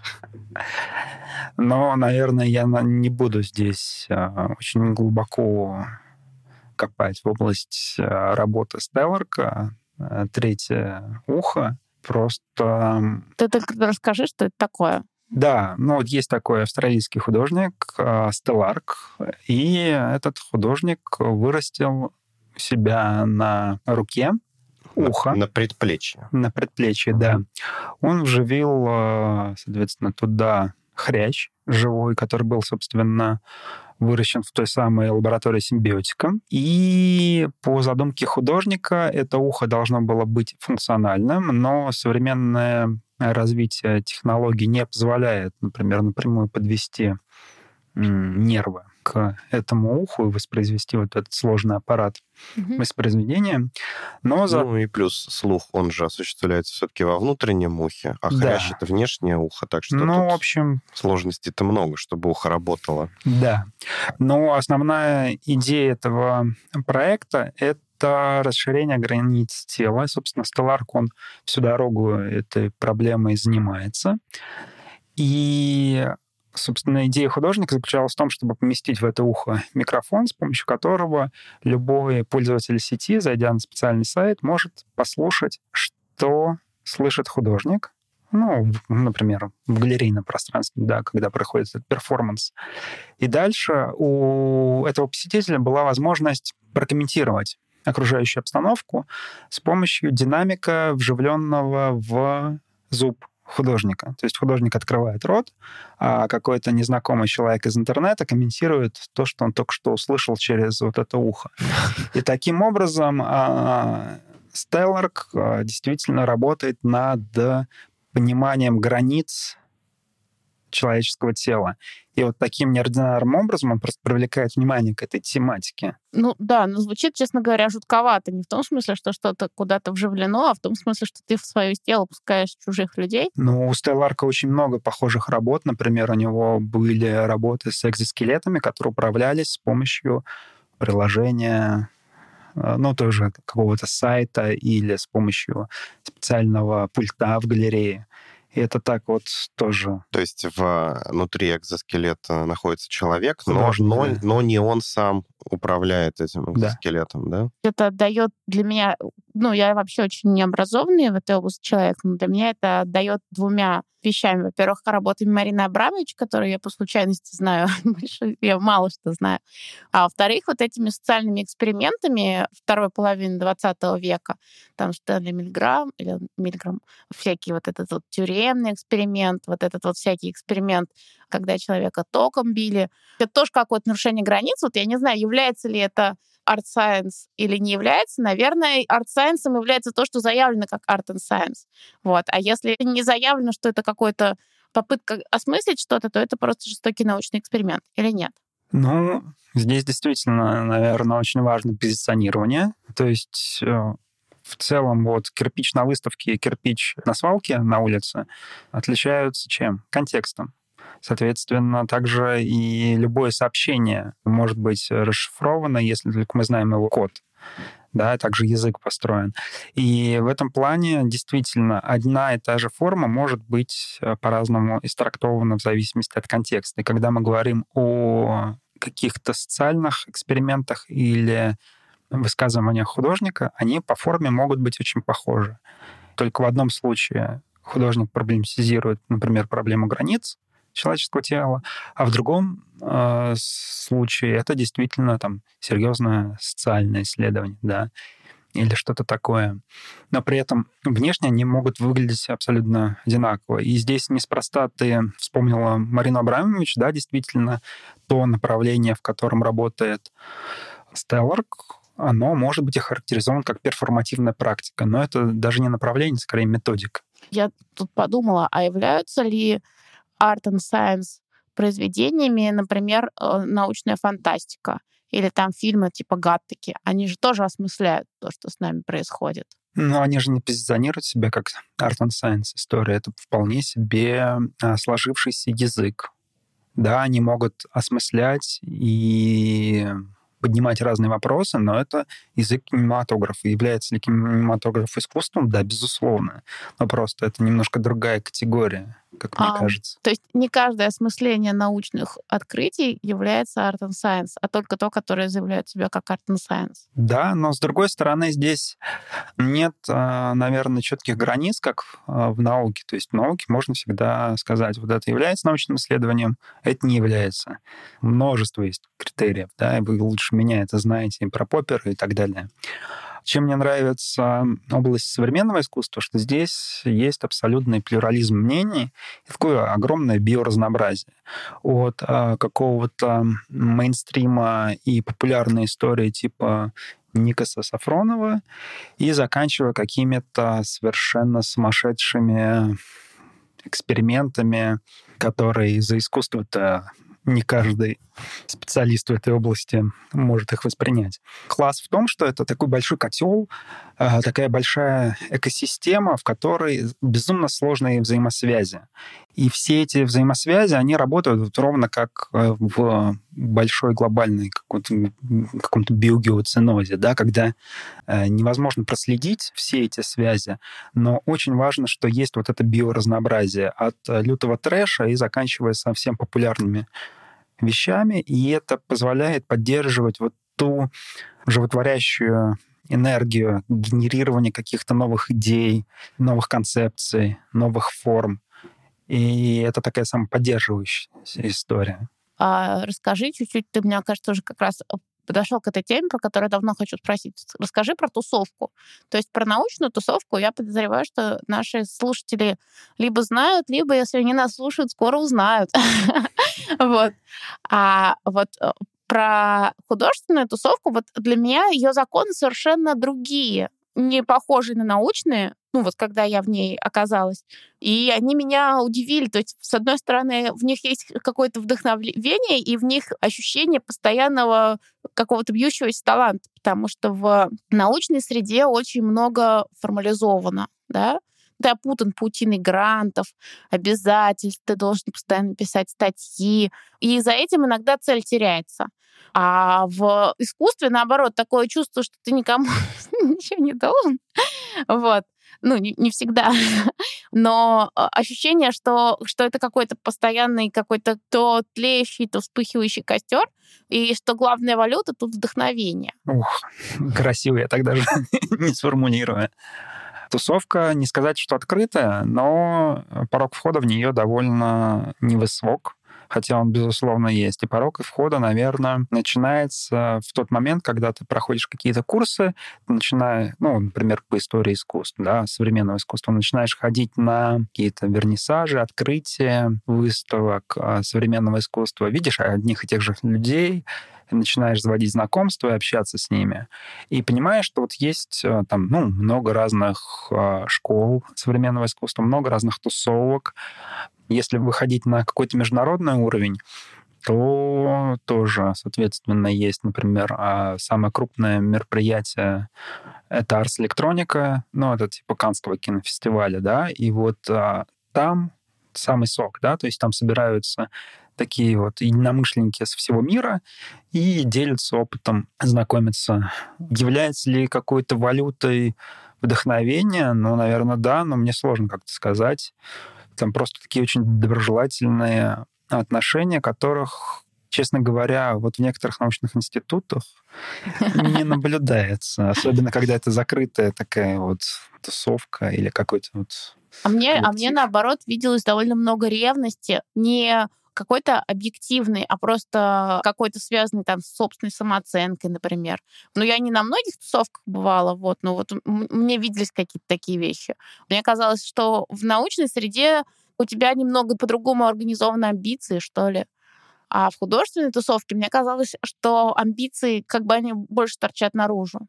S3: Но, наверное, я не буду здесь очень глубоко копать в область работы Стелларка. Третье ухо. Просто...
S1: Ты только расскажи, что это такое.
S3: Да, вот есть такой австралийский художник Стелларк, и этот художник вырастил себя на руке ухо.
S2: На предплечье.
S3: На предплечье, да. Он вживил, соответственно, туда хрящ живой, который был, собственно, выращен в той самой лаборатории симбиотика. И по задумке художника это ухо должно было быть функциональным, но современное развитие технологий не позволяет, например, напрямую подвести нервы к этому уху и воспроизвести вот этот сложный аппарат воспроизведения. Но
S2: и плюс слух, он же осуществляется все-таки во внутреннем ухе, а хрящ — это внешнее ухо, так что
S3: в общем,
S2: сложностей-то много, чтобы ухо работало.
S3: Да. Но основная идея этого проекта — это расширение границ тела. Собственно, Стелларк, он всю дорогу этой проблемой занимается. И, собственно, идея художника заключалась в том, чтобы поместить в это ухо микрофон, с помощью которого любой пользователь сети, зайдя на специальный сайт, может послушать, что слышит художник. Например, в галерейном пространстве, да, когда проходит этот перформанс. И дальше у этого посетителя была возможность прокомментировать окружающую обстановку с помощью динамика, вживленного в зуб художника. То есть художник открывает рот, а какой-то незнакомый человек из интернета комментирует то, что он только что услышал через вот это ухо. И таким образом Стелларк действительно работает над пониманием границ человеческого тела. И вот таким неординарным образом он просто привлекает внимание к этой тематике.
S1: Звучит, честно говоря, жутковато. Не в том смысле, что что-то куда-то вживлено, а в том смысле, что ты в свое тело пускаешь чужих людей.
S3: У Стелларка очень много похожих работ. Например, у него были работы с экзоскелетами, которые управлялись с помощью приложения, тоже какого-то сайта или с помощью специального пульта в галерее. И это так вот тоже.
S2: То есть внутри экзоскелета находится человек, но не он сам управляет этим экзоскелетом, да?
S1: Это отдает для меня... я вообще очень необразованный в этой области человек, но для меня это отдает двумя вещами. Во-первых, работами Марины Абрамович, которую я по случайности знаю, я мало что знаю. А во-вторых, вот этими социальными экспериментами второй половины 20 века, там Стэнли Мильграм, всякий вот этот вот тюремный эксперимент, вот этот вот всякий эксперимент, когда человека током били. Это тоже какое-то нарушение границ. Вот я не знаю, является ли это Art Science или не является. Наверное, Art Science является то, что заявлено как Art and Science. Вот. А если не заявлено, что это какая-то попытка осмыслить что-то, то это просто жестокий научный эксперимент. Или нет?
S3: Здесь действительно, наверное, очень важно позиционирование. То есть в целом кирпич на выставке и кирпич на свалке на улице отличаются чем? Контекстом. Соответственно, также и любое сообщение может быть расшифровано, если только мы знаем его код. Да, также язык построен. И в этом плане действительно одна и та же форма может быть по-разному истрактована в зависимости от контекста. И когда мы говорим о каких-то социальных экспериментах или высказываниях художника, они по форме могут быть очень похожи. Только в одном случае художник проблематизирует, например, проблему границ человеческого тела, а в другом случае это действительно серьезное социальное исследование, да. или что-то такое. Но при этом внешне они могут выглядеть абсолютно одинаково. И здесь неспроста ты вспомнила Марину Абрамович, да, действительно, то направление, в котором работает Stellark, оно может быть охарактеризовано как перформативная практика, но это даже не направление, скорее методика.
S1: Я тут подумала, а являются ли Art and Science произведениями, например, научная фантастика или там фильмы типа «Гаттаки», они же тоже осмысляют то, что с нами происходит.
S3: Но они же не позиционируют себя как Art and Science история. Это вполне себе сложившийся язык. Да, они могут осмыслять и поднимать разные вопросы, но это язык кинематографа. Является ли кинематограф искусством? Да, безусловно. Но просто это немножко другая категория, как мне кажется.
S1: То есть не каждое осмысление научных открытий является Art and Science, а только то, которое заявляет себя как Art and Science.
S3: Да, но с другой стороны здесь нет, наверное, четких границ, как в науке. То есть в науке можно всегда сказать, вот это является научным исследованием, это не является. Множество есть критериев, да, и вы лучше меня это знаете, и про Поппера и так далее. Чем мне нравится область современного искусства, что здесь есть абсолютный плюрализм мнений и такое огромное биоразнообразие. От какого-то мейнстрима и популярной истории типа Никаса Сафронова и заканчивая какими-то совершенно сумасшедшими экспериментами, которые за искусство-то не каждый специалист в этой области может их воспринять. Класс в том, что это такой большой котел, такая большая экосистема, в которой безумно сложные взаимосвязи. И все эти взаимосвязи, они работают вот ровно как в большой глобальной каком-то биогеоценозе, да, когда невозможно проследить все эти связи, но очень важно, что есть вот это биоразнообразие от лютого трэша и заканчивая совсем популярными вещами, и это позволяет поддерживать вот ту животворящую энергию генерирования каких-то новых идей, новых концепций, новых форм. И это такая самоподдерживающая история.
S1: Расскажи чуть-чуть, ты, мне кажется, уже как раз подошел к этой теме, про которую я давно хочу спросить. Расскажи про тусовку. То есть про научную тусовку я подозреваю, что наши слушатели либо знают, либо, если они нас слушают, скоро узнают. Вот. А вот про художественную тусовку, вот для меня ее законы совершенно другие, не похожие на научные, ну вот когда я в ней оказалась. И они меня удивили. То есть, с одной стороны, в них есть какое-то вдохновение, и в них ощущение постоянного какого-то бьющегося таланта, потому что в научной среде очень много формализовано, да? Ты опутан паутиной грантов, обязательств, ты должен постоянно писать статьи, и за этим иногда цель теряется. А в искусстве, наоборот, такое чувство, что ты никому ничего не должен. Вот. Ну, не всегда. Но ощущение, что это какой-то постоянный, какой-то то тлеющий, то вспыхивающий костер, и что главная валюта тут вдохновение.
S3: Ух, красиво, я так даже не сформулирую. Тусовка, не сказать, что открытая, но порог входа в нее довольно невысок, хотя он, безусловно, есть. И порог входа, наверное, начинается в тот момент, когда ты проходишь какие-то курсы, начиная, ну, например, по истории искусств, да, современного искусства, начинаешь ходить на какие-то вернисажи, открытия выставок современного искусства, видишь одних и тех же людей, начинаешь заводить знакомства и общаться с ними. И понимаешь, что вот есть там, ну, много разных школ современного искусства, много разных тусовок. Если выходить на какой-то международный уровень, то тоже, соответственно, есть, например, самое крупное мероприятие — это Ars Electronica, ну, это типа Каннского кинофестиваля, да, и вот там самый сок, да, то есть там собираются такие вот единомышленники со всего мира и делятся опытом, знакомятся. Является ли какой-то валютой вдохновение? Ну, наверное, да, но мне сложно как-то сказать. Там просто такие очень доброжелательные отношения, которых, честно говоря, вот в некоторых научных институтах не наблюдается. Особенно, когда это закрытая такая вот тусовка или какой-то вот...
S1: А мне, наоборот, виделось довольно много ревности. Не какой-то объективный, а просто какой-то связанный там с собственной самооценкой, например. Но я не на многих тусовках бывала, но мне виделись какие-то такие вещи. Мне казалось, что в научной среде у тебя немного по-другому организованы амбиции, что ли. А в художественной тусовке мне казалось, что амбиции они больше торчат наружу.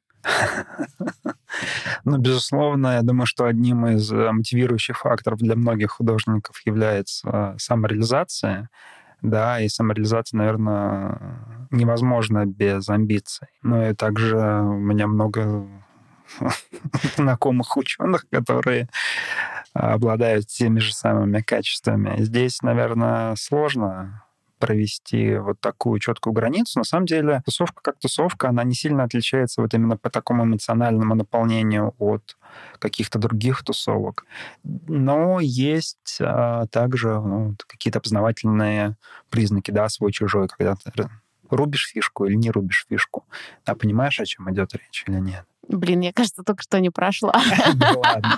S3: Безусловно, я думаю, что одним из мотивирующих факторов для многих художников является самореализация. Да, и самореализация, наверное, невозможна без амбиций. Но и также у меня много знакомых ученых, которые обладают теми же самыми качествами. Здесь, наверное, сложно провести вот такую четкую границу. На самом деле, тусовка как тусовка, она не сильно отличается именно по такому эмоциональному наполнению от каких-то других тусовок. Но есть также какие-то опознавательные признаки, да, свой-чужой, когда ты рубишь фишку или не рубишь фишку. А понимаешь, о чем идет речь или нет?
S1: Блин, я, кажется, только что не прошла.
S3: Ладно.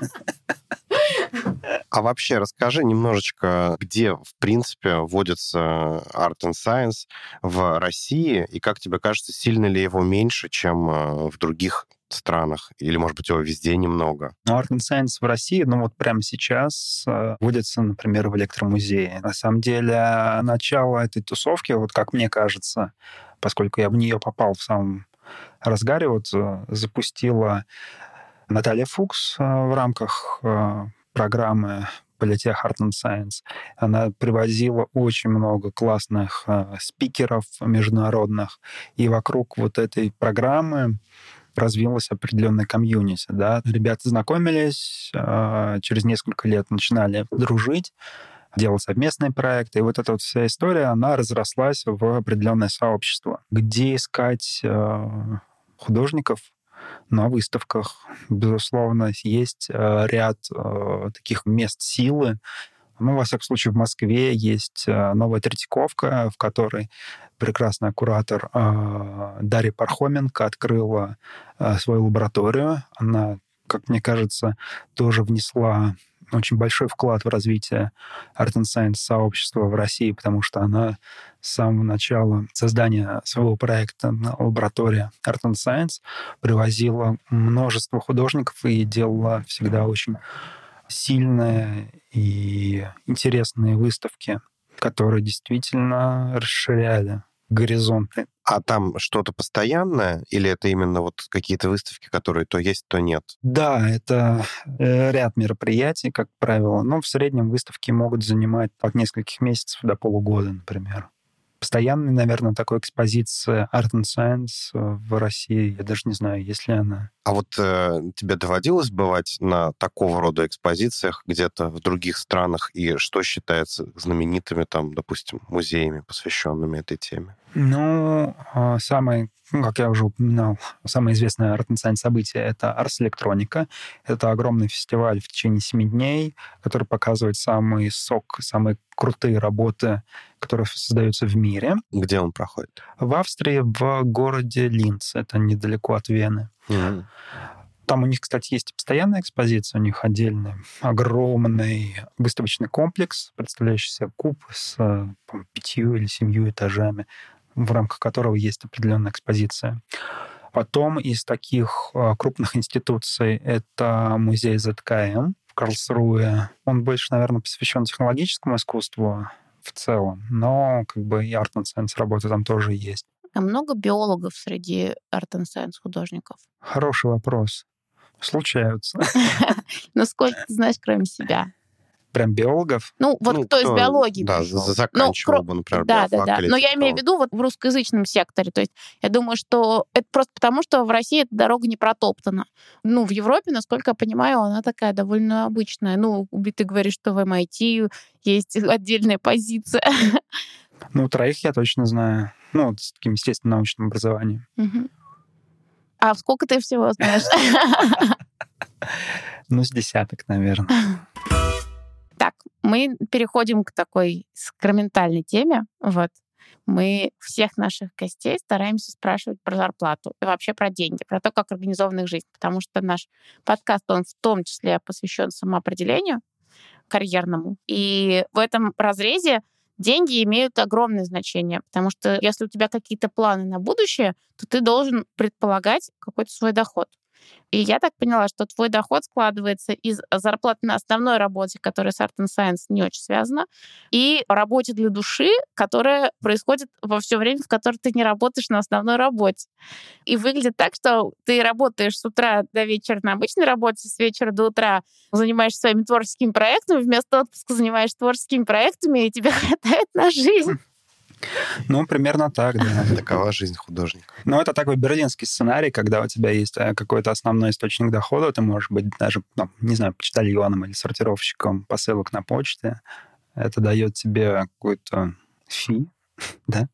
S2: А вообще расскажи немножечко, где, в принципе, вводится Art and Science в России, и как тебе кажется, сильно ли его меньше, чем в других странах? Или, может быть, его везде немного?
S3: Art and Science в России, прямо сейчас вводится, например, в Электромузее. На самом деле, начало этой тусовки, как мне кажется, поскольку я в нее попал в самом разгаре, запустила Наталья Фукс в рамках программы Политех Art and Science. Она привозила очень много классных спикеров международных, и вокруг этой программы развилась определенная комьюнити. Да? Ребята знакомились, через несколько лет начинали дружить, делать совместные проекты. И эта вся история, она разрослась в определенное сообщество. Где искать художников? На выставках, безусловно, есть ряд таких мест силы. Во всяком случае, в Москве есть новая Третьяковка, в которой прекрасная куратор Дарья Пархоменко открыла свою лабораторию. Она, как мне кажется, тоже внесла очень большой вклад в развитие Art and Science сообщества в России, потому что она с самого начала создания своего проекта лаборатория Art and Science привозила множество художников и делала всегда очень сильные и интересные выставки, которые действительно расширяли горизонты.
S2: А там что-то постоянное? Или это именно какие-то выставки, которые то есть, то нет?
S3: Да, это ряд мероприятий, как правило. Но в среднем выставки могут занимать от нескольких месяцев до полугода, например. Постоянной, наверное, такой экспозиции Art and Science в России, я даже не знаю, есть ли она.
S2: А тебе доводилось бывать на такого рода экспозициях где-то в других странах? И что считается знаменитыми, допустим, музеями, посвященными этой теме?
S3: Самое, как я уже упоминал, самое известное Art and Science событие — это Ars Electronica. Это огромный фестиваль в течение 7 дней, который показывает самый сок, самые крутые работы, которые создаются в мире.
S2: Где он проходит?
S3: В Австрии, в городе Линц. Это недалеко от Вены. Mm-hmm. Там у них, кстати, есть и постоянная экспозиция, у них отдельный огромный выставочный комплекс, представляющий себя куб с 5 или 7 этажами, в рамках которого есть определенная экспозиция. Потом из таких крупных институций это музей ЗКМ в Карлсруэ. Он больше, наверное, посвящен технологическому искусству в целом, но и Art and Science работы там тоже есть.
S1: А много биологов среди Art and Science художников?
S3: Хороший вопрос. Случаются.
S1: Ну, сколько ты знаешь, кроме себя?
S3: Прям биологов?
S1: Кто из биологии пришел?
S2: Заканчивал бы, например,
S1: да. Но я имею в виду в русскоязычном секторе. То есть я думаю, что это просто потому, что в России эта дорога не протоптана. В Европе, насколько я понимаю, она такая довольно обычная. Ты говоришь, что в MIT есть отдельная позиция.
S3: 3 я точно знаю. С таким естественным научным образованием.
S1: Угу. А сколько ты всего знаешь?
S3: С десяток, наверное.
S1: Так, мы переходим к такой сакраментальной теме. Мы всех наших гостей стараемся спрашивать про зарплату и вообще про деньги, про то, как организована их жизнь. Потому что наш подкаст, он в том числе посвящен самоопределению карьерному. И в этом разрезе деньги имеют огромное значение, потому что если у тебя какие-то планы на будущее, то ты должен предполагать какой-то свой доход. И я так поняла, что твой доход складывается из зарплаты на основной работе, которая с Art and Science не очень связана, и работе для души, которая происходит во все время, в которое ты не работаешь на основной работе. И выглядит так, что ты работаешь с утра до вечера на обычной работе, с вечера до утра занимаешься своими творческими проектами, вместо отпуска занимаешься творческими проектами, и тебе хватает на жизнь.
S3: Ну, примерно так, да.
S2: Такова жизнь художника.
S3: Ну, это такой берлинский сценарий, когда у тебя есть какой-то основной источник дохода, ты можешь быть даже, не знаю, почтальоном или сортировщиком посылок на почте. Это дает тебе какую-то фи, да,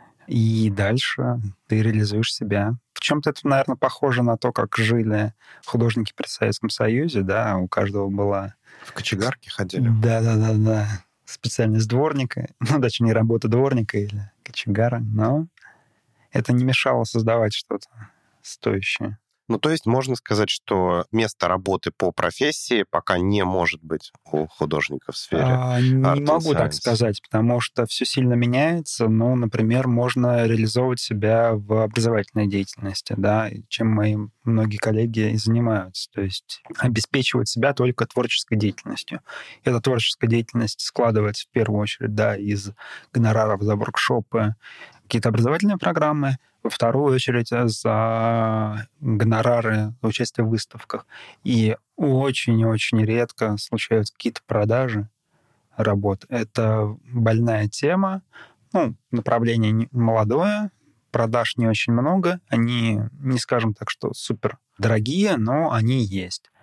S3: и дальше ты реализуешь себя. В чем-то это, наверное, похоже на то, как жили художники при Советском Союзе, да, у каждого была...
S2: В кочегарке ходили?
S3: Да. Специальность дворника, даже не работа дворника или кочегара, но это не мешало создавать что-то стоящее.
S2: Ну, то есть можно сказать, что место работы по профессии пока не может быть у художника в сфере
S3: Не могу так сказать, потому что все сильно меняется. Ну, например, можно реализовывать себя в образовательной деятельности, да, чем мои многие коллеги и занимаются. То есть обеспечивать себя только творческой деятельностью. Эта творческая деятельность складывается в первую очередь, да, из гонораров за воркшопы, какие-то образовательные программы, во вторую очередь за гонорары за участие в выставках. И очень-очень редко случаются какие-то продажи работ. Это больная тема. Ну, направление молодое, продаж не очень много. Они, не скажем так, что супер дорогие, но они есть.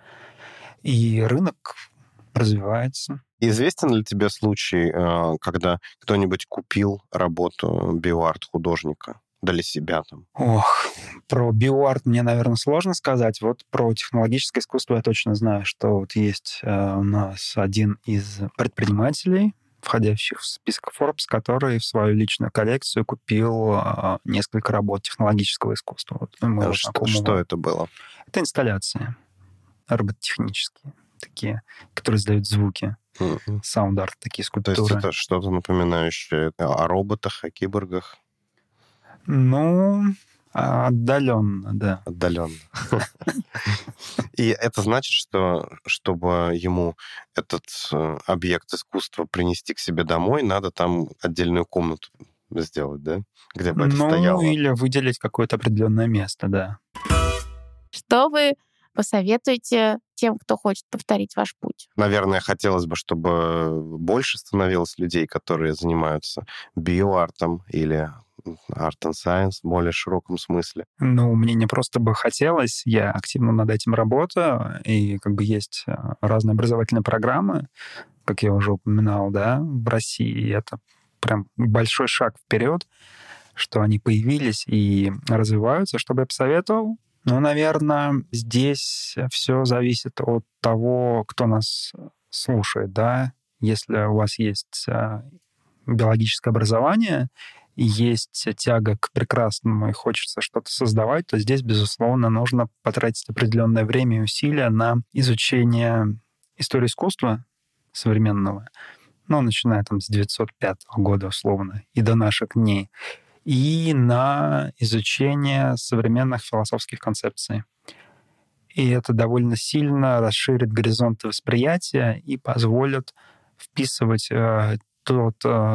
S3: И рынок развивается.
S2: Известен ли тебе случай, когда кто-нибудь купил работу биоарт-художника для себя там?
S3: Ох, про биоарт мне, наверное, сложно сказать. Вот про технологическое искусство я точно знаю, что вот есть у нас один из предпринимателей, входящих в список Forbes, который в свою личную коллекцию купил несколько работ технологического искусства. Вот
S2: Что это было?
S3: Это инсталляции робототехнические, такие, которые издают звуки. Саунд-арт, такие скульптуры.
S2: То есть это что-то напоминающее о роботах, о киборгах?
S3: Ну, отдаленно, да.
S2: Отдаленно. И это значит, что чтобы ему этот объект искусства принести к себе домой, надо там отдельную комнату сделать, да? Где бы это стояло.
S3: Ну, или выделить какое-то определенное место, да.
S1: Что вы посоветуете тем, кто хочет повторить ваш путь?
S2: Наверное, хотелось бы, чтобы больше становилось людей, которые занимаются биоартом или Art and Science в более широком смысле.
S3: Ну, мне не просто бы хотелось, я активно над этим работаю, и как бы есть разные образовательные программы, как я уже упоминал, да, в России, и это прям большой шаг вперед, что они появились и развиваются. Что бы я посоветовал? Ну, наверное, здесь все зависит от того, кто нас слушает, да. Если у вас есть биологическое образование, и есть тяга к прекрасному и хочется что-то создавать, то здесь, безусловно, нужно потратить определенное время и усилия на изучение истории искусства современного, ну, начиная там с 905 года, условно, и до наших дней, и на изучение современных философских концепций. И это довольно сильно расширит горизонты восприятия и позволит вписывать тот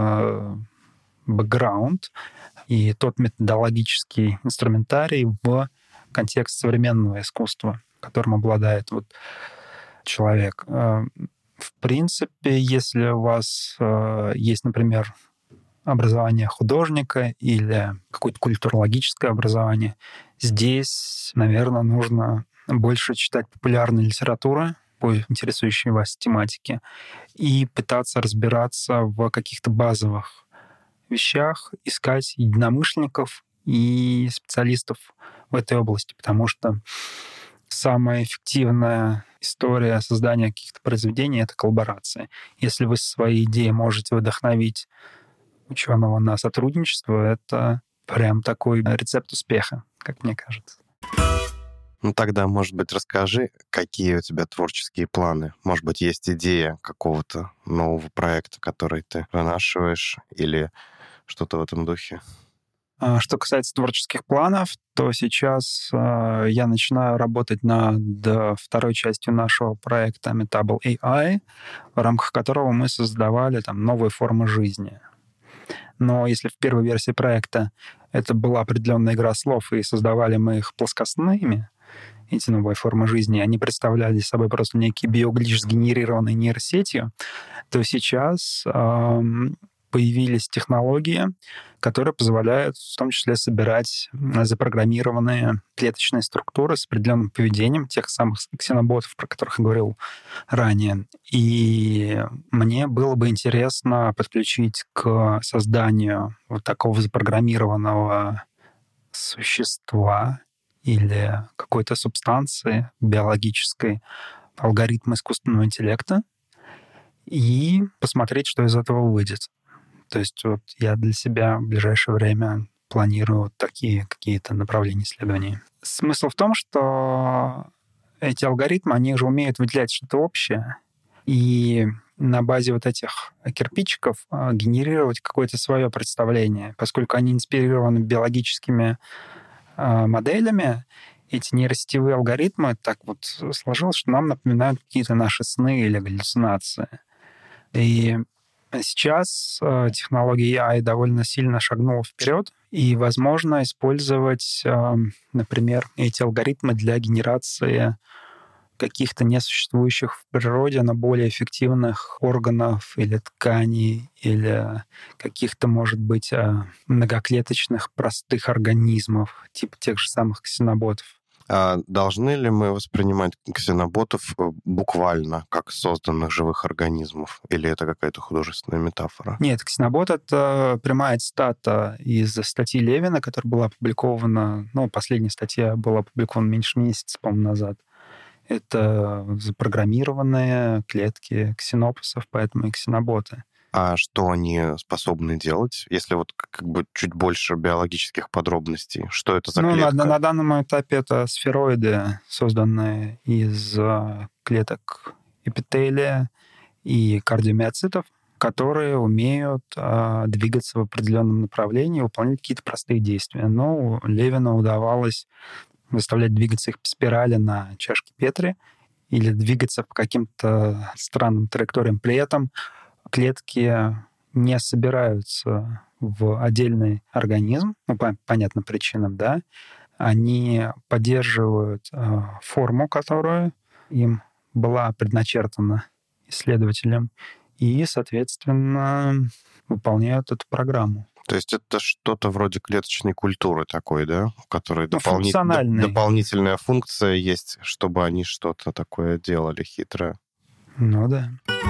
S3: бэкграунд и тот методологический инструментарий в контекст современного искусства, которым обладает вот человек. В принципе, если у вас есть, например, образование художника или какое-то культурологическое образование, здесь, наверное, нужно больше читать популярной литературы по интересующей вас тематике и пытаться разбираться в каких-то базовых вещах, искать единомышленников и специалистов в этой области, потому что самая эффективная история создания каких-то произведений — это коллаборация. Если вы своей идеей можете вдохновить ученого на сотрудничество, это прям такой рецепт успеха, как мне кажется.
S2: Ну тогда, может быть, расскажи, какие у тебя творческие планы? Может быть, есть идея какого-то нового проекта, который ты вынашиваешь, или что-то в этом духе?
S3: Что касается творческих планов, то сейчас я начинаю работать над второй частью нашего проекта Metable AI, в рамках которого мы создавали там новые формы жизни. Но если в первой версии проекта это была определенная игра слов, и создавали мы их плоскостными, эти новые формы жизни, они представляли собой просто некий биоглич, сгенерированный нейросетью, то сейчас появились технологии, которые позволяют в том числе собирать запрограммированные клеточные структуры с определенным поведением тех самых ксеноботов, про которых я говорил ранее. И мне было бы интересно подключить к созданию вот такого запрограммированного существа или какой-то субстанции биологической алгоритмы искусственного интеллекта и посмотреть, что из этого выйдет. То есть вот я для себя в ближайшее время планирую вот такие какие-то направления исследований. Смысл в том, что эти алгоритмы, они же умеют выделять что-то общее, и на базе вот этих кирпичиков генерировать какое-то свое представление. Поскольку они инспирированы биологическими моделями, эти нейросетевые алгоритмы так вот сложилось, что нам напоминают какие-то наши сны или галлюцинации. И сейчас технология AI довольно сильно шагнула вперед, и возможно использовать, например, эти алгоритмы для генерации каких-то несуществующих в природе, но более эффективных органов или тканей, или каких-то, может быть, многоклеточных простых организмов, типа тех же самых ксеноботов.
S2: А должны ли мы воспринимать ксеноботов буквально как созданных живых организмов? Или это какая-то художественная метафора?
S3: Нет, ксенобот — это прямая цитата из статьи Левина, которая была опубликована, последняя статья была опубликована меньше месяца, по-моему, назад. Это запрограммированные клетки ксенопусов, поэтому и ксеноботы.
S2: А что они способны делать, если вот как бы чуть больше биологических подробностей? Что это за клетка?
S3: На данном этапе это сфероиды, созданные из клеток эпителия и кардиомиоцитов, которые умеют двигаться в определенном направлении, выполнять какие-то простые действия. Но Левину удавалось заставлять двигаться их по спирали на чашке Петри или двигаться по каким-то странным траекториям. При этом клетки не собираются в отдельный организм, по понятным причинам, да, они поддерживают форму, которая им была предначертана исследователем, и, соответственно, выполняют эту программу.
S2: То есть это что-то вроде клеточной культуры такой, да? У которой
S3: дополнительная
S2: функция есть, чтобы они что-то такое делали хитрое.
S3: Ну да.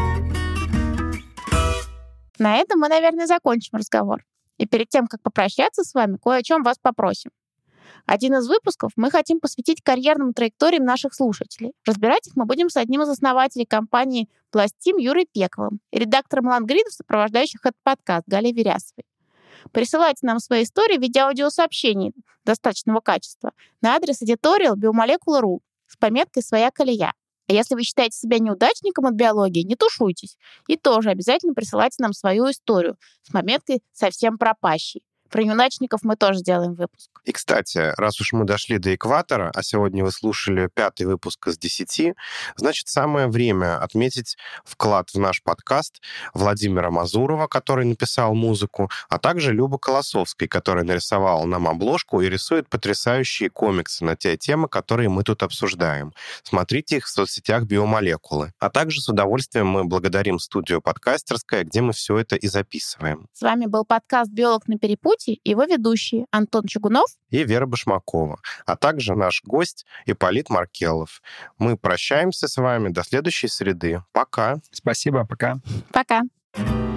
S1: На этом мы, наверное, закончим разговор. И перед тем, как попрощаться с вами, кое о чем вас попросим. Один из выпусков мы хотим посвятить карьерным траекториям наших слушателей. Разбирать их мы будем с одним из основателей компании «Пластим» Юрой Пековым и редактором лангридов, сопровождающих этот подкаст, Галей Верясовой. Присылайте нам свои истории в виде аудиосообщений достаточного качества на адрес editorial.biomolecula.ru с пометкой «Своя колея». А если вы считаете себя неудачником от биологии, не тушуйтесь. И тоже обязательно присылайте нам свою историю с пометкой «Совсем пропащий». Про неудачников мы тоже сделаем выпуск.
S2: И, кстати, раз уж мы дошли до экватора, а сегодня вы слушали 5-й выпуск из 10, значит, самое время отметить вклад в наш подкаст Владимира Мазурова, который написал музыку, а также Любы Колосовской, которая нарисовала нам обложку и рисует потрясающие комиксы на те темы, которые мы тут обсуждаем. Смотрите их в соцсетях Биомолекулы. А также с удовольствием мы благодарим студию «Подкастерская», где мы все это и записываем.
S1: С вами был подкаст «Биолог на перепутье», и его ведущие Антон Чугунов
S2: и Вера Башмакова, а также наш гость Ипполит Маркелов. Мы прощаемся с вами до следующей среды. Пока.
S3: Спасибо, пока.
S1: Пока.